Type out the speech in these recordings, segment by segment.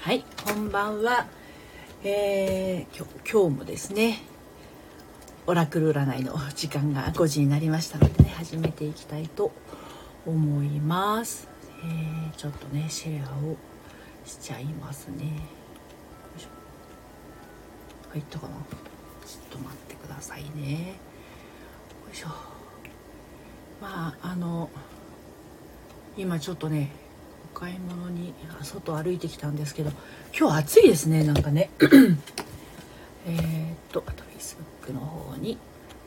はい、こんばんは。今日もですね、オラクル占いの時間が5時になりましたのでね、始めていきたいと思います。ちょっとねシェアをしちゃいますね。よいしょ。入ったかな。ちょっと待ってくださいね。よいしょ。今ちょっとねお買い物に外歩いてきたんですけど、今日暑いですね、なんかねあと Facebook の方に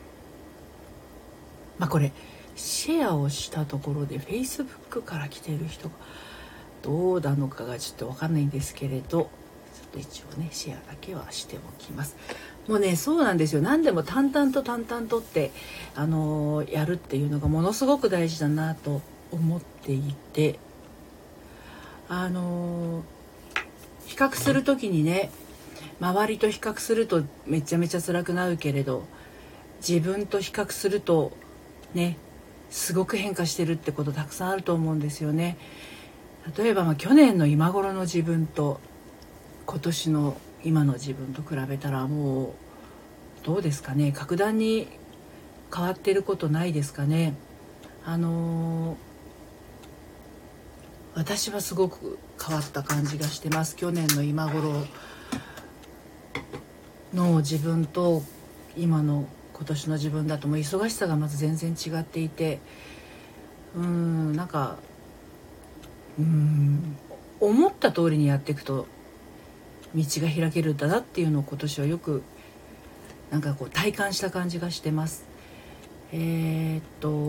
これシェアをしたところで Facebook から来てる人がどうなのかがちょっと分かんないんですけれど、ちょっと一応ねシェアだけはしておきます。もうね、そうなんですよ。何でも淡々とってやるっていうのがものすごく大事だなと思っていて、比較する時にね、周りと比較するとめちゃめちゃ辛くなるけれど、自分と比較するとね、すごく変化してるってことたくさんあると思うんですよね。例えば去年の今頃の自分と今年の今の自分と比べたら、もうどうですかね、格段に変わってることないですかね。私はすごく変わった感じがしてます。去年の今頃の自分と今の今年の自分だと、もう忙しさがまず全然違っていて、なんか思った通りにやっていくと道が開けるんだなっていうのを今年はよく体感した感じがしてます。結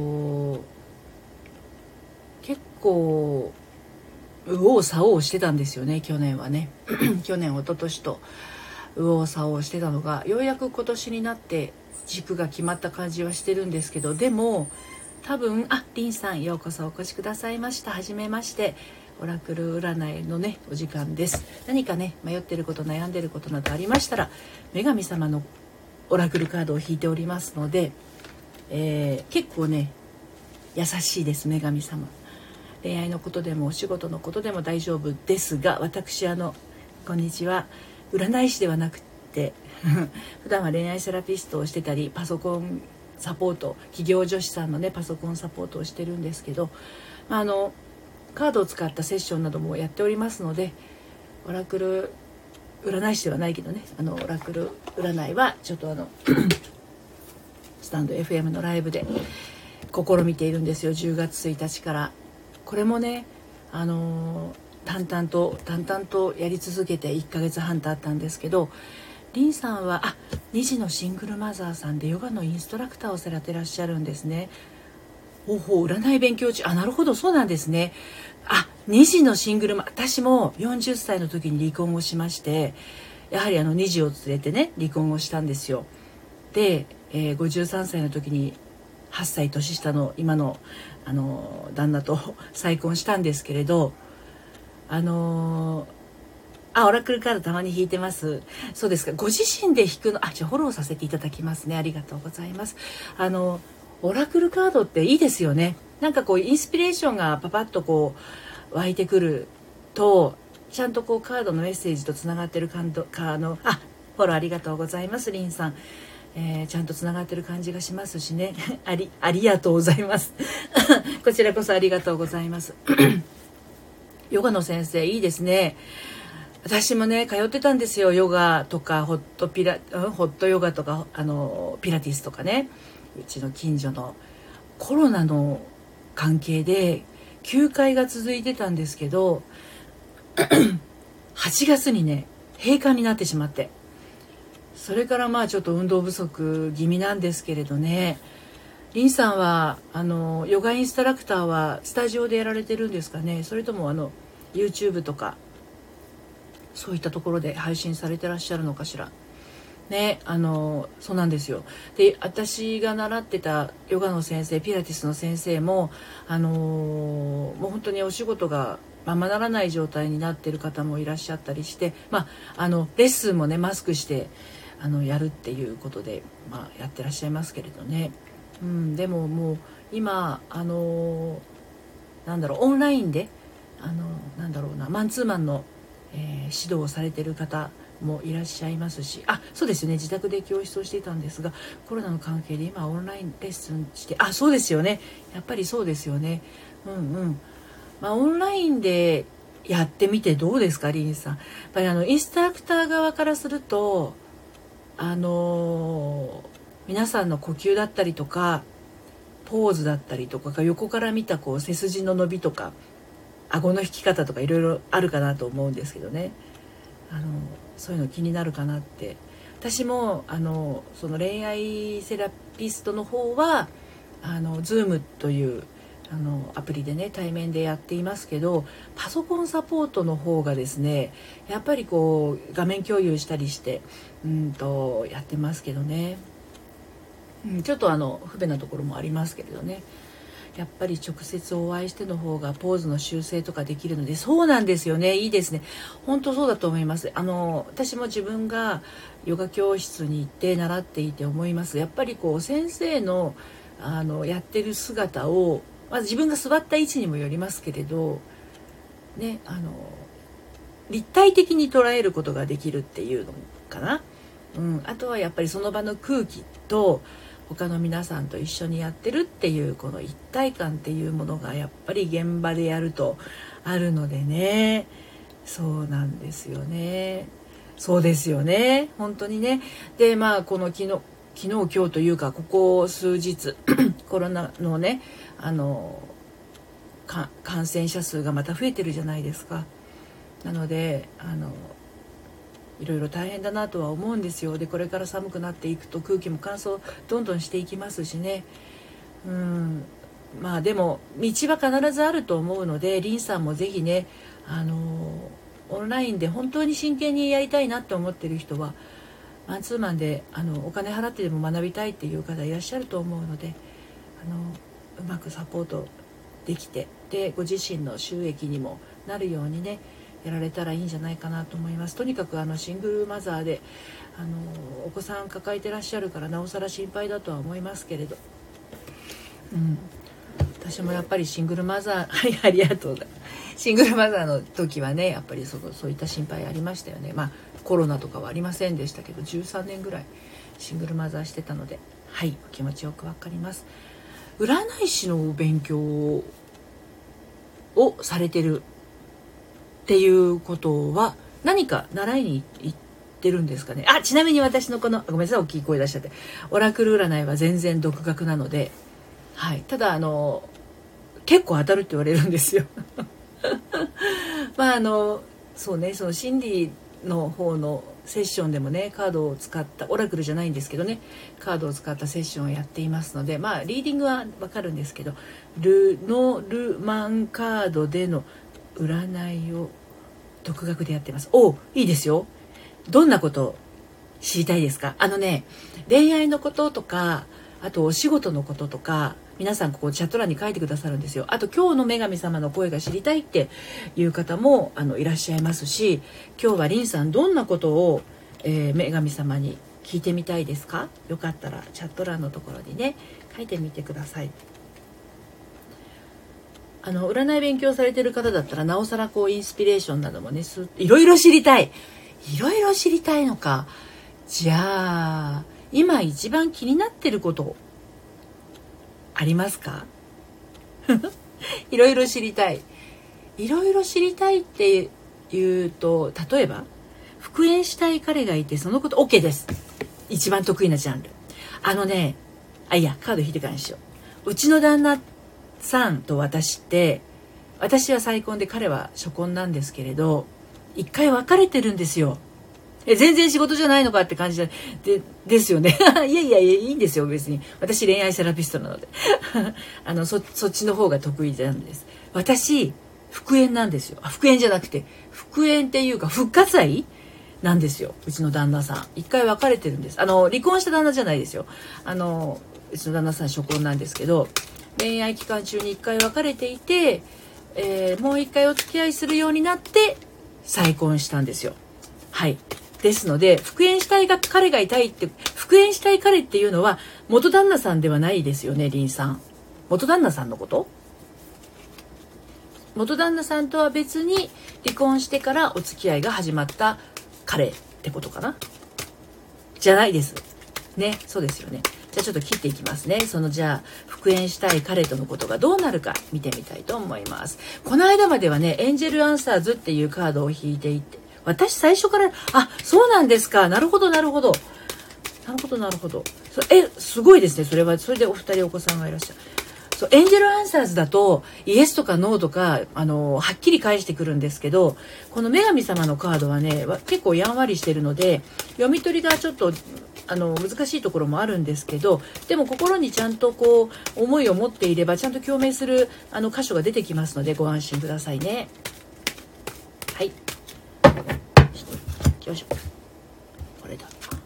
構右往左往してたんですよね、去年はね去年一昨年と右往左往してたのが、ようやく今年になって軸が決まった感じはしてるんですけど、でも多分リンさん、ようこそお越しくださいました。はじめまして。オラクル占いのねお時間です。何かね迷ってること、悩んでることなどありましたら、女神様のオラクルカードを引いておりますので、結構ね優しいです。女神様、恋愛のことでもお仕事のことでも大丈夫ですが、私こんにちは、占い師ではなくて普段は恋愛セラピストをしてたり、パソコンサポート、企業女子さんのねパソコンサポートをしてるんですけど、カードを使ったセッションなどもやっておりますので、オラクル占い師ではないけどね、オラクル占いはちょっとスタンド FM のライブで試みているんですよ、10月1日から。これもね淡々とやり続けて1ヶ月半経ったんですけど、リンさんは2児のシングルマザーさんでヨガのインストラクターをされてらっしゃるんですね。占い勉強中。なるほど、そうなんですね。2児のシングル私も40歳の時に離婚をしまして、やはり2児を連れてね離婚をしたんですよ。で、53歳の時に8歳年下の今の旦那と再婚したんですけれど、オラクルカードたまに引いてます。そうですか。ご自身で引くの、じゃあフォローさせていただきますね。ありがとうございます。オラクルカードっていいですよね。インスピレーションがパパッと湧いてくると、ちゃんとカードのメッセージとつながってるフォローありがとうございます、リンさん。ちゃんとつながってる感じがしますしねありがとうございますこちらこそありがとうございますヨガの先生いいですね。私もね通ってたんですよ。ヨガとかホットヨガとかピラティスとかね。うちの近所のコロナの関係で休会が続いてたんですけど8月にね閉館になってしまって、それからちょっと運動不足気味なんですけれどね。リンさんはヨガインストラクターはスタジオでやられてるんですかね、それともYouTube とかそういったところで配信されてらっしゃるのかしらね。そうなんですよ。で、私が習ってたヨガの先生、ピラティスの先生ももう本当にお仕事がままならない状態になってる方もいらっしゃったりして、レッスンもねマスクしてやるっていうことで、やってらっしゃいますけれどね。でももう今オンラインでマンツーマンの、 指導されている方もいらっしゃいますし、そうですよね、自宅で教室をしていたんですが、コロナの関係で今オンラインレッスンして、そうですよね、やっぱりそうですよね。オンラインでやってみてどうですか、リンさん。やっぱりインストラクター側からすると皆さんの呼吸だったりとかポーズだったりとか、横から見たこう背筋の伸びとか顎の引き方とかいろいろあるかなと思うんですけどね、そういうの気になるかなって。私もその恋愛セラピストの方はZoom というアプリでね対面でやっていますけど、パソコンサポートの方がですね、やっぱりこう画面共有したりしてやってますけどね、ちょっと不便なところもありますけれどね、やっぱり直接お会いしての方がポーズの修正とかできるので、そうなんですよね、いいですね、本当そうだと思います。私も自分がヨガ教室に行って習っていて思います。やっぱりこう先生のやってる姿を、まず自分が座った位置にもよりますけれどね、立体的に捉えることができるっていうのかな、あとはやっぱりその場の空気と他の皆さんと一緒にやってるっていうこの一体感っていうものがやっぱり現場でやるとあるのでね、そうなんですよね、そうですよね、本当にね。でこの昨日今日というかここ数日コロナのね感染者数がまた増えてるじゃないですか。なのでいろいろ大変だなとは思うんですよ。でこれから寒くなっていくと空気も乾燥どんどんしていきますしね。でも道は必ずあると思うので、リンさんもぜひねオンラインで本当に真剣にやりたいなって思ってる人はマンツーマンでお金払ってでも学びたいっていう方いらっしゃると思うので、うまくサポートできて、でご自身の収益にもなるようにねやられたらいいんじゃないかなと思います。とにかくシングルマザーでお子さん抱えてらっしゃるからなおさら心配だとは思いますけれど、私もやっぱりシングルマザーありがとうシングルマザーの時はねやっぱりそういった心配ありましたよね。コロナとかはありませんでしたけど13年ぐらいシングルマザーしてたので、お気持ちよくわかります。占い師の勉強をされてるっていうことは何か習いに行ってるんですかね。ちなみに私のごめんなさい大きい声出しちゃって、オラクル占いは全然独学なので、ただ結構当たるって言われるんですよそうね、その心理の方のセッションでもねカードを使ったオラクルじゃないんですけどね、カードを使ったセッションをやっていますので、リーディングはわかるんですけど、ルマンカードでの占いを独学でやってます。いいですよ。どんなこと知りたいですか？恋愛のこととか、あとお仕事のこととか、皆さんここチャット欄に書いてくださるんですよ。あと今日の女神様の声が知りたいっていう方もいらっしゃいますし、今日はリンさんどんなことを、女神様に聞いてみたいですか？よかったらチャット欄のところにね書いてみてください。占い勉強されてる方だったらなおさらインスピレーションなどもねいろいろ知りたいのか。じゃあ今一番気になってることありますか？いろいろ知りたいっていうと、例えば復縁したい彼がいてそのこと OK です。一番得意なジャンル。カード引いてからにしよう。うちの旦那さんと私は再婚で彼は初婚なんですけれど、一回別れてるんですよ。全然仕事じゃないのかって感じですよねいいんですよ、別に私恋愛セラピストなのでそっちの方が得意なんです。私復縁なんですよ。復縁じゃなくて復縁っていうか復活愛なんですよ。うちの旦那さん一回別れてるんです。離婚した旦那じゃないですよ。うちの旦那さん初婚なんですけど、恋愛期間中に一回別れていて、もう一回お付き合いするようになって再婚したんですよ。ですので復縁したい彼がいたいって、復縁したい彼っていうのは元旦那さんではないですよね。リンさん元旦那さんのこと元旦那さんとは別に離婚してからお付き合いが始まった彼ってことかな。じゃないですね。そうですよね。じゃあちょっと切っていきますね。じゃあ復縁したい彼とのことがどうなるか見てみたいと思います。この間まではね、エンジェルアンサーズっていうカードを引いていて、私最初から、そうなんですか。なるほど。すごいですね。それでお二人お子さんがいらっしゃる。エンジェルアンサーズだとイエスとかノーとかはっきり返してくるんですけど、この女神様のカードはね結構やんわりしてるので読み取りがちょっと難しいところもあるんですけど、でも心にちゃんとこう思いを持っていればちゃんと共鳴する箇所が出てきますのでご安心くださいね。はい、よいしょ。これだ。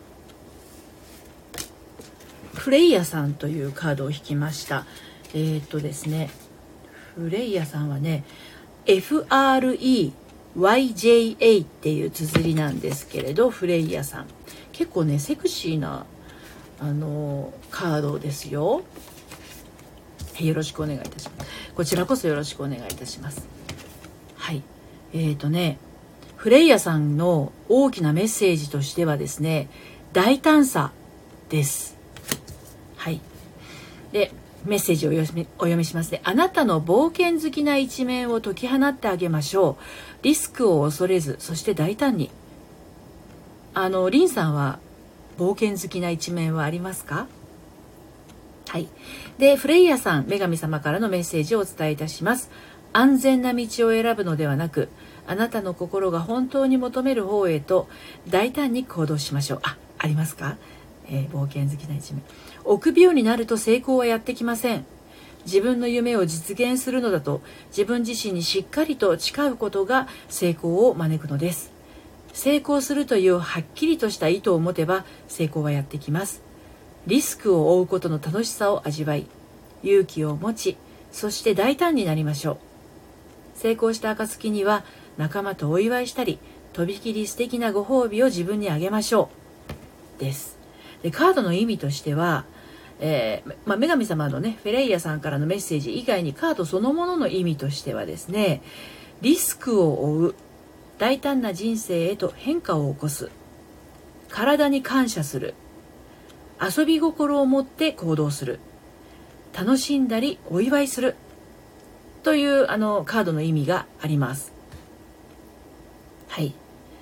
フレイヤさんというカードを引きました。ですね、フレイヤさんはね FREYJA っていう綴りなんですけれど、フレイヤさん結構ねセクシーなカードですよ。よろしくお願いいたします。こちらこそよろしくお願いいたします。はい、フレイヤさんの大きなメッセージとしてはですね、大胆さです。はい。でメッセージをお読みしますね。あなたの冒険好きな一面を解き放ってあげましょう。リスクを恐れず、そして大胆に。リンさんは冒険好きな一面はありますか？はい。で、フレイヤさん、女神様からのメッセージをお伝えいたします。安全な道を選ぶのではなく、あなたの心が本当に求める方へと大胆に行動しましょう。ありますか？冒険好きな一面。臆病になると成功はやってきません。自分の夢を実現するのだと自分自身にしっかりと誓うことが成功を招くのです。成功するというはっきりとした意図を持てば成功はやってきます。リスクを負うことの楽しさを味わい、勇気を持ち、そして大胆になりましょう。成功した暁には仲間とお祝いしたり、とびきり素敵なご褒美を自分にあげましょう。です。でカードの意味としては、女神様のねフェレイヤさんからのメッセージ以外にカードそのものの意味としてはですね、リスクを負う、大胆な人生へと変化を起こす、体に感謝する、遊び心を持って行動する、楽しんだりお祝いするというカードの意味があります。はい。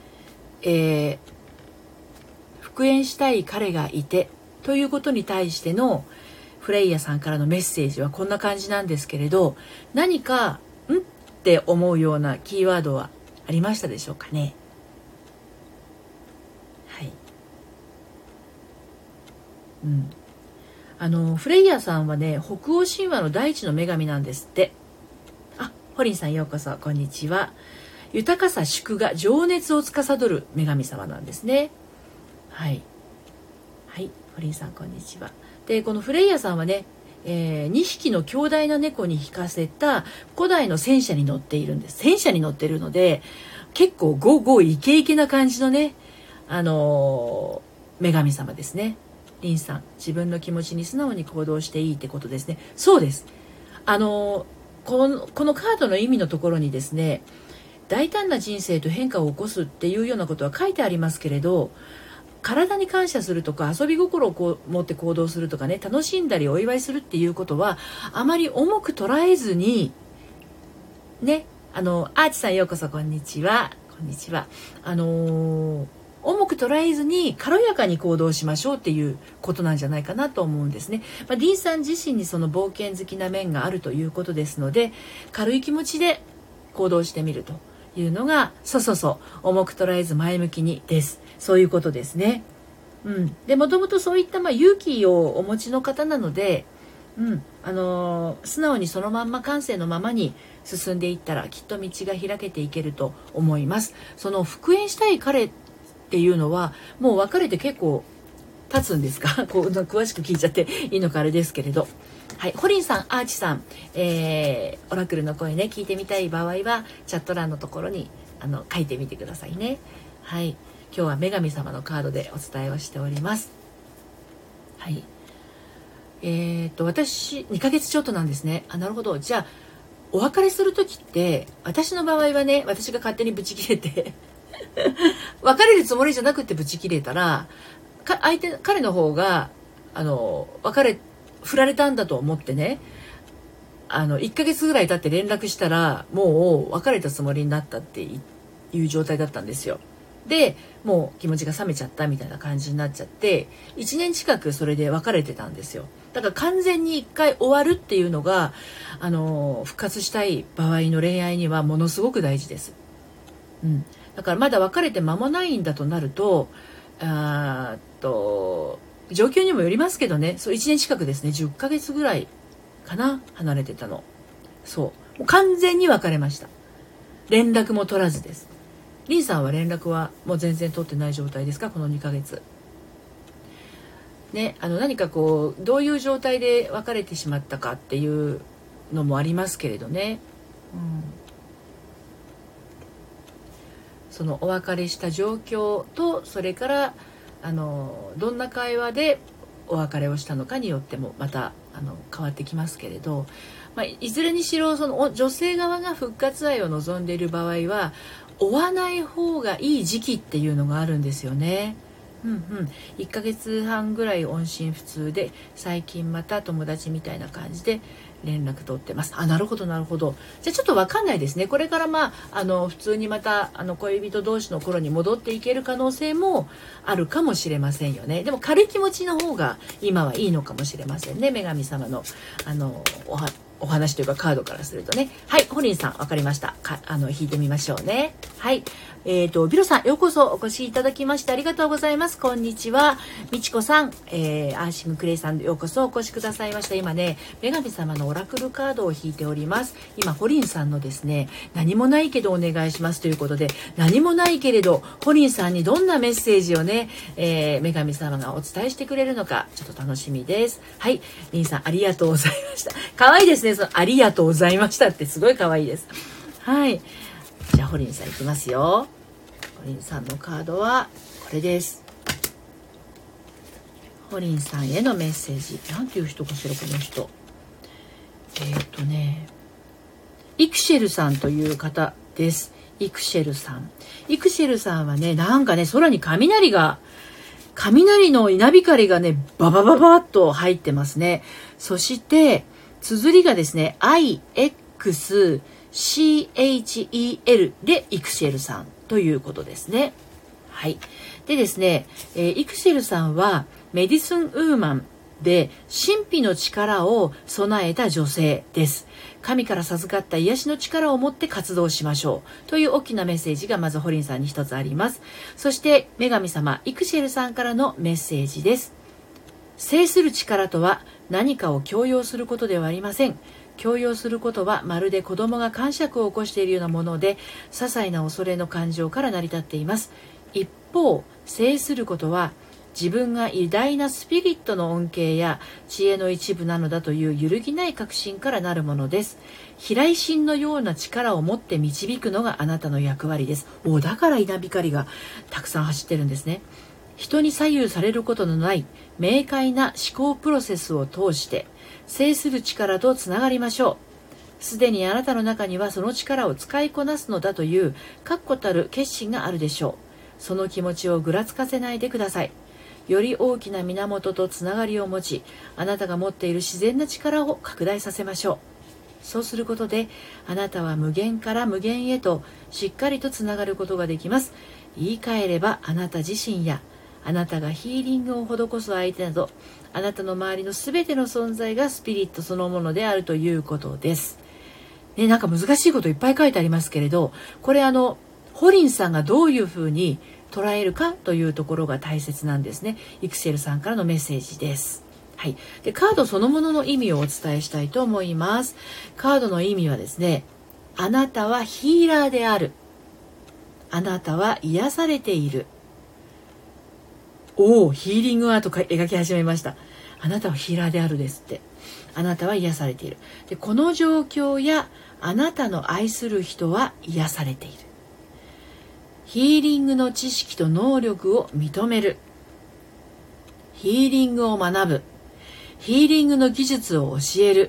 復縁したい彼がいてということに対してのフレイヤさんからのメッセージはこんな感じなんですけれど、何かって思うようなキーワードはありましたでしょうかね。はい。フレイヤさんはね北欧神話の大地の女神なんですって。ホリンさんようこそ、こんにちは。豊かさ祝賀情熱を司る女神様なんですね。はい、ホリンさんこんにちは。でこのフレイヤさんはね、2匹の強大な猫に引かせた古代の戦車に乗っているんです。戦車に乗ってるので結構ゴーゴーイケイケな感じのね女神様ですね。リンさん、自分の気持ちに素直に行動していいってことですね。そうです。このカードの意味のところにですね、大胆な人生と変化を起こすっていうようなことは書いてありますけれど、体に感謝するとか遊び心を持って行動するとかね、楽しんだりお祝いするっていうことはあまり重く捉えずにね、アーチさんようこそ、こんにちは。こんにちは。重く捉えずに軽やかに行動しましょうっていうことなんじゃないかなと思うんですね。ディーンさん自身にその冒険好きな面があるということですので、軽い気持ちで行動してみるというのが、そう重く捉えず前向きにです。そういうことですね。でもともとそういった勇気をお持ちの方なので、素直にそのまんま感性のままに進んでいったらきっと道が開けていけると思います。その復縁したい彼っていうのはもう別れて結構経つんですか？こう詳しく聞いちゃっていいのかあれですけれど、はい、ホリンさん、アーチさん、オラクルの声ね聞いてみたい場合はチャット欄のところに書いてみてくださいね。はい、今日は女神様のカードでお伝えをしております。はい、私2ヶ月ちょっとなんですね。なるほど。じゃあお別れする時って私の場合はね、私が勝手にブチ切れて別れるつもりじゃなくてブチ切れたら彼の方が振られたんだと思ってね、1ヶ月ぐらい経って連絡したらもう別れたつもりになったっていう状態だったんですよ。でもう気持ちが冷めちゃったみたいな感じになっちゃって1年近くそれで別れてたんですよ。だから完全に1回終わるっていうのが復活したい場合の恋愛にはものすごく大事です。だからまだ別れて間もないんだとなると状況にもよりますけどね、そう1年近くですね、10ヶ月ぐらいかな、離れてたの。もう完全に別れました。連絡も取らずです。リンさんは連絡はもう全然取ってない状態ですか、この2ヶ月ね。何かこうどういう状態で別れてしまったかっていうのもありますけれどね、そのお別れした状況とそれからどんな会話でお別れをしたのかによってもまた変わってきますけれど、いずれにしろその女性側が復活愛を望んでいる場合は追わない方がいい時期っていうのがあるんですよね。1ヶ月半ぐらい音信不通で最近また友達みたいな感じで連絡取ってます。なるほどなるほど。じゃあちょっと分かんないですね。これから普通にまた恋人同士の頃に戻っていける可能性もあるかもしれませんよね。でも軽い気持ちの方が今はいいのかもしれませんね。女神様のお話というかカードからするとね。はい、ホリンさん分かりました。引いてみましょうね。はい。ビロさん、ようこそお越しいただきましてありがとうございます。こんにちは。みちこさん、アーシングクレイさん、ようこそお越しくださいました。今ね、女神様のオラクルカードを引いております。今、ホリンさんのですね、何もないけどお願いしますということで、何もないけれど、ホリンさんにどんなメッセージをね、女神様がお伝えしてくれるのか、ちょっと楽しみです。はい、リンさん、ありがとうございました。可愛いですね、そのありがとうございましたってすごい可愛いです。はい。じゃあホリンさんいきますよ。ホリンさんのカードはこれです。ホリンさんへのメッセージ、なんていう人かしらこの人。イクシェルさんという方です。イクシェルさん。イクシェルさんはね、なんかね、空に雷の稲光がね、ババババッと入ってますね。そして綴りがですね、IXCHEL でイクシェルさんということですね。はい。でですね、イクシェルさんはメディスンウーマンで神秘の力を備えた女性です。神から授かった癒しの力を持って活動しましょうという大きなメッセージがまずホリンさんに一つあります。そして女神様イクシェルさんからのメッセージです。制する力とは何かを強要することではありません。強要することはまるで子供が癇癪を起こしているようなもので、些細な恐れの感情から成り立っています。一方、制することは自分が偉大なスピリットの恩恵や知恵の一部なのだという揺るぎない確信からなるものです。飛来心のような力を持って導くのがあなたの役割です。だから稲光がたくさん走ってるんですね。人に左右されることのない明快な思考プロセスを通して制する力とつながりましょう。すでにあなたの中にはその力を使いこなすのだという確固たる決心があるでしょう。その気持ちをぐらつかせないでください。より大きな源とつながりを持ち、あなたが持っている自然な力を拡大させましょう。そうすることであなたは無限から無限へとしっかりとつながることができます。言い換えればあなた自身やあなたがヒーリングを施す相手など、あなたの周りのすべての存在がスピリットそのものであるということです。ね、なんか難しいこといっぱい書いてありますけれど、これホリンさんがどういうふうに捉えるかというところが大切なんですね。イクセルさんからのメッセージです。はい。で、カードそのものの意味をお伝えしたいと思います。カードの意味はですね、あなたはヒーラーである。あなたは癒されている。ヒーリングアート描き始めました。あなたはヒーラーであるですって。あなたは癒されている。で、この状況やあなたの愛する人は癒されている。ヒーリングの知識と能力を認める。ヒーリングを学ぶ。ヒーリングの技術を教える。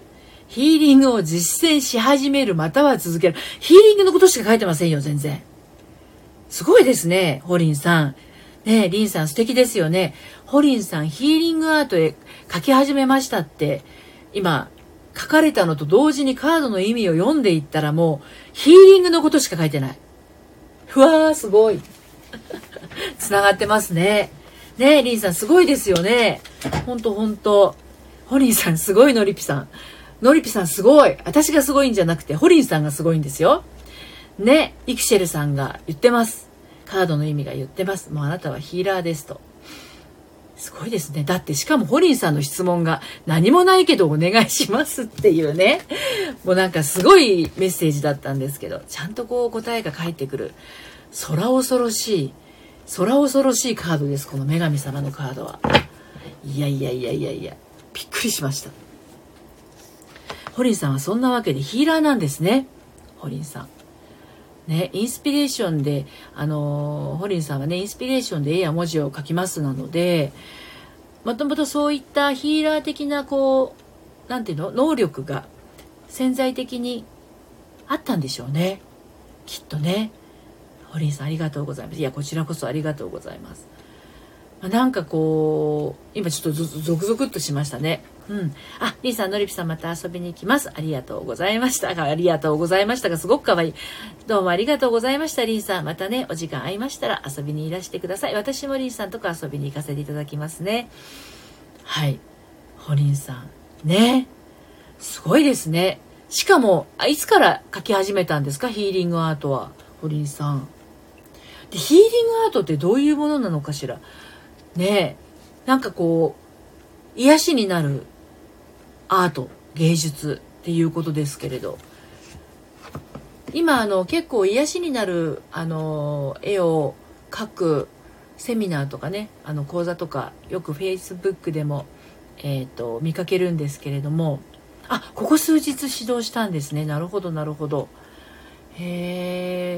ヒーリングを実践し始めるまたは続ける。ヒーリングのことしか書いてませんよ、全然。すごいですね、ホリンさん。ねえ、リンさん素敵ですよね。ホリンさん、ヒーリングアートへ書き始めましたって、今、書かれたのと同時にカードの意味を読んでいったらもう、ヒーリングのことしか書いてない。うわー、すごい。つながってますね。ねえ、リンさんすごいですよね。ほんとほんと。ホリンさんすごい、ノリピさん。ノリピさんすごい。私がすごいんじゃなくて、ホリンさんがすごいんですよ。ね、イクシェルさんが言ってます。カードの意味が言ってます。もうあなたはヒーラーですと。すごいですね。だってしかもホリンさんの質問が何もないけどお願いしますっていうね。もうなんかすごいメッセージだったんですけど、ちゃんとこう答えが返ってくる。空恐ろしいカードです。この女神様のカードは。いや、びっくりしました。ホリンさんはそんなわけでヒーラーなんですね。ホリンさん。ね、インスピレーションで、ホリンさんはね、インスピレーションで絵や文字を書きますなので、もともとそういったヒーラー的な、こう、なんていうの、能力が潜在的にあったんでしょうね。きっとね。ホリンさんありがとうございます。いや、こちらこそありがとうございます。なんかこう、今ちょっとゾクゾクっとしましたね。うん。あ、リーさん、ノリピさんまた遊びに行きます。ありがとうございました。ありがとうございましたが、すごく可愛い。どうもありがとうございました、リーさん。またね、お時間合いましたら遊びにいらしてください。私もリーさんとか遊びに行かせていただきますね。はい。ホリンさん。ね。すごいですね。しかも、いつから書き始めたんですか、ヒーリングアートは。ホリンさん。で、ヒーリングアートってどういうものなのかしら。ねえ。なんかこう、癒しになるアート、芸術っていうことですけれど、今結構癒しになる絵を描くセミナーとかね、講座とかよく Facebook でも見かけるんですけれども、あ、ここ数日指導したんですね。なるほどなるほど。へ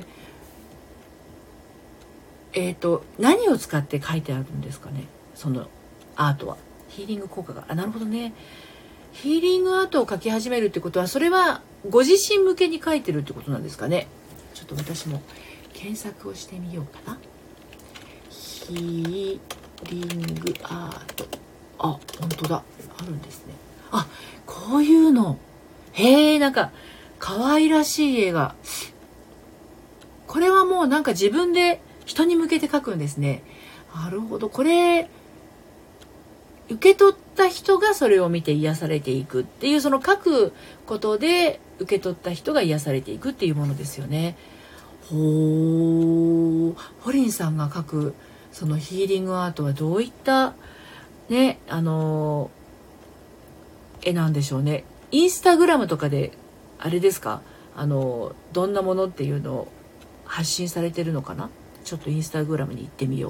え。何を使って描いてあるんですかね、そのアートは。ヒーリング効果が、なるほどね。ヒーリングアートを描き始めるってことは、それはご自身向けに描いてるってことなんですかね。ちょっと私も検索をしてみようかな。ヒーリングアート。あ、本当だ。あるんですね。あ、こういうの。へえ、なんか可愛らしい絵が。これはもうなんか自分で人に向けて描くんですね。なるほど。これ受け取った人がそれを見て癒されていくっていう、その書くことで受け取った人が癒されていくっていうものですよね。ホリンさんが書くそのヒーリングアートはどういったね、絵なんでしょうね。インスタグラムとかであれですか、どんなものっていうのを発信されてるのかな。ちょっとインスタグラムに行ってみよ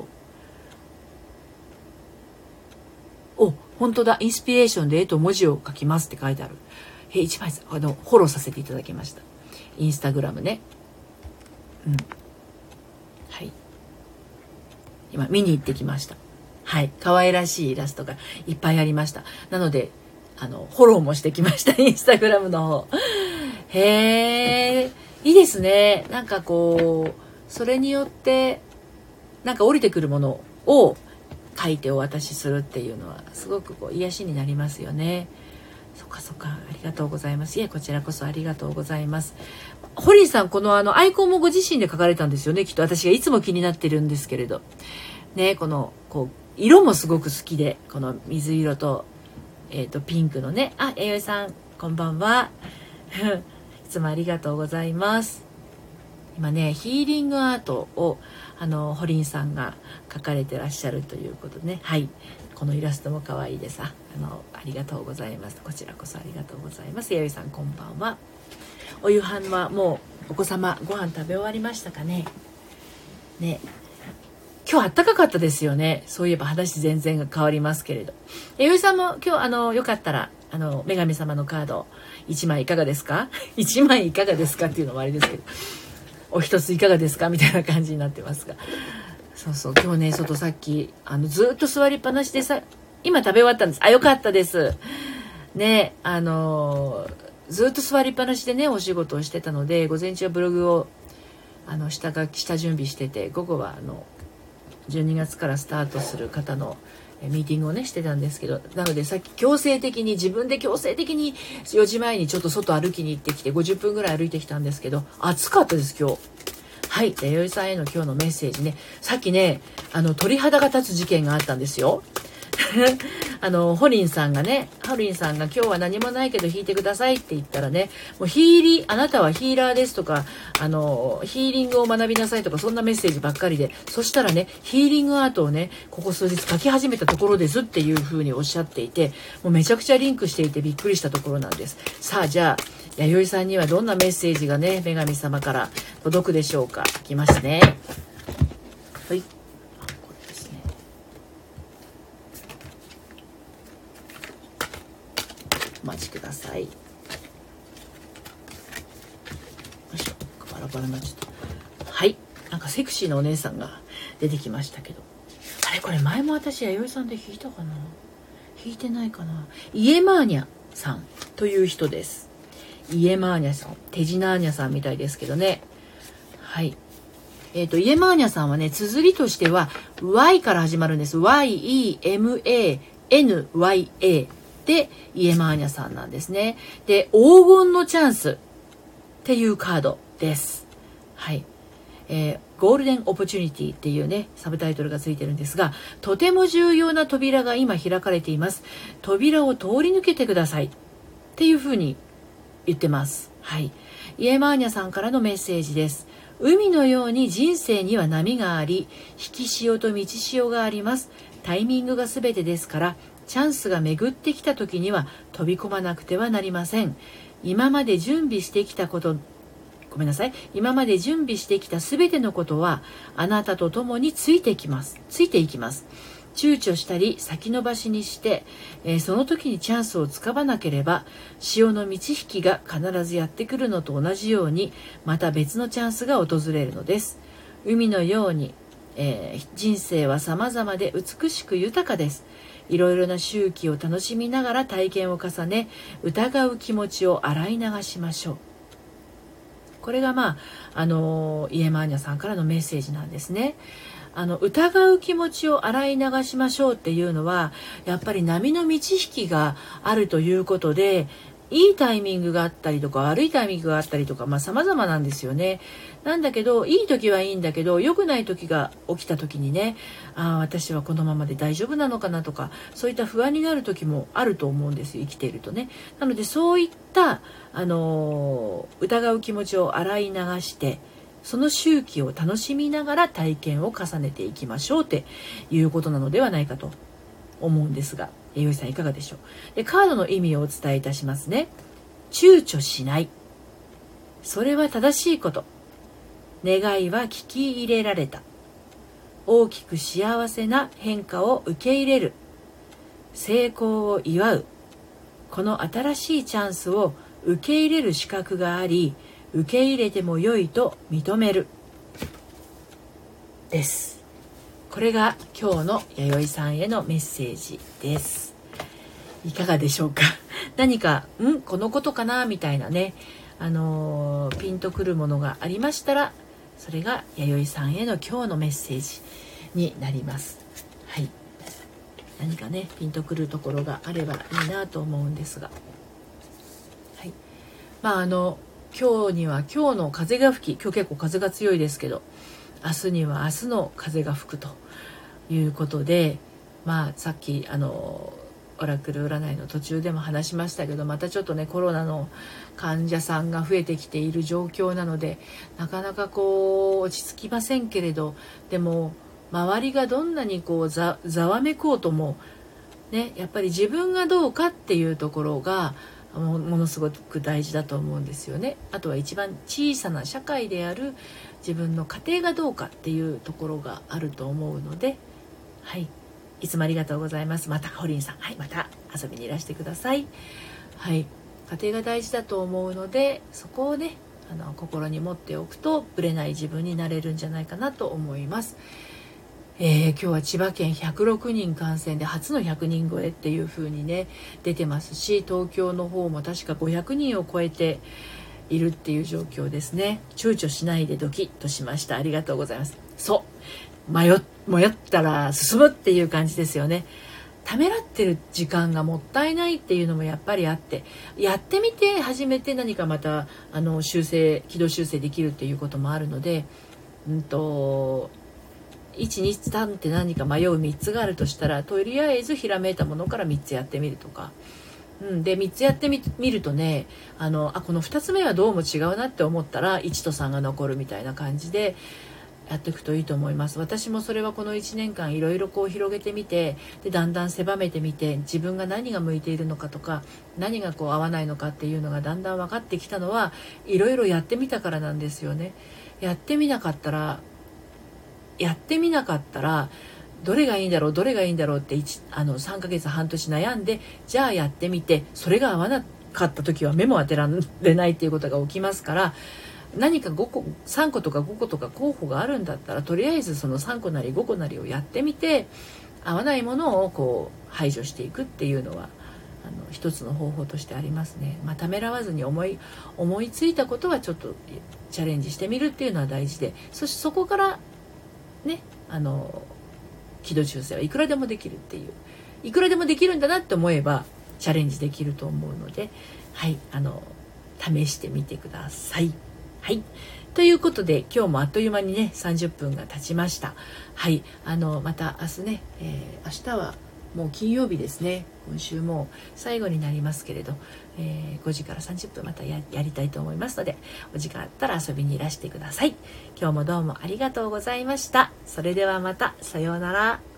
う。お、本当だ。インスピレーションで絵と文字を書きますって書いてある。一枚フォローさせていただきました。インスタグラムね。うん。はい。今見に行ってきました。はい。可愛らしいイラストがいっぱいありました。なので、フォローもしてきました。インスタグラムの方。へえ、いいですね。なんかこう、それによって、なんか降りてくるものを書いてお渡しするっていうのは、すごくこう癒しになりますよね。そっかそっか、ありがとうございます。いえ、こちらこそありがとうございます。ホリンさん、このアイコンもご自身で描かれたんですよね。きっと私がいつも気になってるんですけれど。ね、この、こう、色もすごく好きで、この水色と、ピンクのね。あ、栄養さん、こんばんは。いつもありがとうございます。今ね、ヒーリングアートを、ホリンさんが描かれてらっしゃるということでね。はい。このイラストも可愛いです。ありがとうございます。こちらこそありがとうございます。やゆさん、こんばんは。お夕飯はもうお子様ご飯食べ終わりましたかね。ね。今日暖かかったですよね。そういえば話全然変わりますけれど。やゆさんも今日よかったら女神様のカード1枚いかがですか？1枚いかがですかっていうのもあれですけど、お一ついかがですかみたいな感じになってますが。そうそう、今日ね、外さっきずっと座りっぱなしでさ、今食べ終わったんです。あ、よかったですね。 ずっと座りっぱなしでねお仕事をしてたので、午前中はブログを下準備してて、午後は12月からスタートする方のミーティングをねしてたんですけど、なのでさっき自分で強制的に4時前にちょっと外歩きに行ってきて50分ぐらい歩いてきたんですけど、暑かったです今日。はい、弥生さんへの今日のメッセージね。さっきね鳥肌が立つ事件があったんですよ。ホリンさんが今日は何もないけど弾いてくださいって言ったらね、もうあなたはヒーラーですとか、ヒーリングを学びなさいとか、そんなメッセージばっかりで、そしたらね、ヒーリングアートをね、ここ数日書き始めたところですっていう風におっしゃっていて、もうめちゃくちゃリンクしていてびっくりしたところなんです。さあ、じゃあ、弥生さんにはどんなメッセージがね、女神様から届くでしょうか。いきますね。はい。お待ちください。よいしょ、バラバラになっちゃった。はい、なんかセクシーなお姉さんが出てきましたけど、あれこれ前も私弥生さんで弾いたかな、弾いてないかな。イエマーニャさんという人です。イエマーニャさん、テジナーニャさんみたいですけどね。はい。イエマーニャさんはね、綴りとしては Y から始まるんです。YEMANYAでイエマーニャさんなんですね。で、黄金のチャンスっていうカードです。はい。ゴールデンオポチュニティっていうね、サブタイトルがついてるんですが、とても重要な扉が今開かれています。扉を通り抜けてくださいっていうふうに言ってます。はい。イエマーニャさんからのメッセージです。海のように人生には波があり、引き潮と満ち潮があります。タイミングが全てですから、チャンスが巡ってきた時には飛び込まなくてはなりません。今まで準備してきた全てのことはあなたと共についていきます。躊躇したり先延ばしにして、その時にチャンスをつかまなければ、潮の満ち引きが必ずやってくるのと同じように、また別のチャンスが訪れるのです。海のように、人生は様々で美しく豊かです。いろいろな周期を楽しみながら体験を重ね、疑う気持ちを洗い流しましょう。これがイエマーニャさんからのメッセージなんですね。疑う気持ちを洗い流しましょうっていうのは、やっぱり波の満ち引きがあるということで、いいタイミングがあったりとか悪いタイミングがあったりとか、様々なんですよね。なんだけど、いい時はいいんだけど、良くない時が起きた時にね、私はこのままで大丈夫なのかなとか、そういった不安になる時もあると思うんですよ、生きているとね。なのでそういった疑う気持ちを洗い流して、その周期を楽しみながら体験を重ねていきましょうっていうことなのではないかと思うんですが、弥生さんいかがでしょう。で、カードの意味をお伝えいたしますね。躊躇しない。それは正しいこと。願いは聞き入れられた。大きく幸せな変化を受け入れる。成功を祝う。この新しいチャンスを受け入れる資格があり、受け入れても良いと認める。です。これが今日の弥生さんへのメッセージです。いかがでしょうか。何かこのことかなみたいなね、ピンとくるものがありましたら、それが弥生さんへの今日のメッセージになります。はい。何かねピンとくるところがあればいいなと思うんですが、はい。今日には今日の風が吹き、今日結構風が強いですけど、明日には明日の風が吹くということで、さっきオラクル占いの途中でも話しましたけど、またちょっとねコロナの患者さんが増えてきている状況なので、なかなか落ち着きませんけれど、でも周りがどんなにざわめこうともね、やっぱり自分がどうかっていうところがものすごく大事だと思うんですよね。あとは一番小さな社会である自分の家庭がどうかっていうところがあると思うので、はい。いつもありがとうございます。またホリンさん、はい、また遊びにいらしてください。はい、家庭が大事だと思うので、そこをね心に持っておくとブレない自分になれるんじゃないかなと思います。 今日は千葉県106人感染で初の100人超えっていう風にね出てますし、東京の方も確か500人を超えているっていう状況ですね。躊躇しないでドキッとしました。ありがとうございます。そう迷ったら進むっていう感じですよね。ためらってる時間がもったいないっていうのもやっぱりあって、やってみて初めて何かまた軌道修正できるっていうこともあるので、1,2,3って何か迷う3つがあるとしたら、とりあえずひらめいたものから3つやってみるとか、で3つやってみるとね、この2つ目はどうも違うなって思ったら1と3が残るみたいな感じでやっていくといいと思います。私もそれはこの1年間いろいろこう広げてみて、でだんだん狭めてみて、自分が何が向いているのかとか何がこう合わないのかっていうのがだんだん分かってきたのは、いろいろやってみたからなんですよね。やってみなかったらどれがいいんだろうって3ヶ月半年悩んで、じゃあやってみてそれが合わなかった時は目も当てられないっていうことが起きますから、何か3個とか5個とか候補があるんだったら、とりあえずその3個なり5個なりをやってみて、合わないものをこう排除していくっていうのは一つの方法としてありますね。ためらわずに思いついたことはちょっとチャレンジしてみるっていうのは大事で、そこからね、軌道修正はいくらでもできるっていう、いくらでもできるんだなって思えばチャレンジできると思うので、はい、試してみてください。はい、ということで今日もあっという間にね30分が経ちました。はい、また明日ね、明日はもう金曜日ですね。今週も最後になりますけれど、5時から30分また やりたいと思いますので、お時間あったら遊びにいらしてください。今日もどうもありがとうございました。それではまた、さようなら。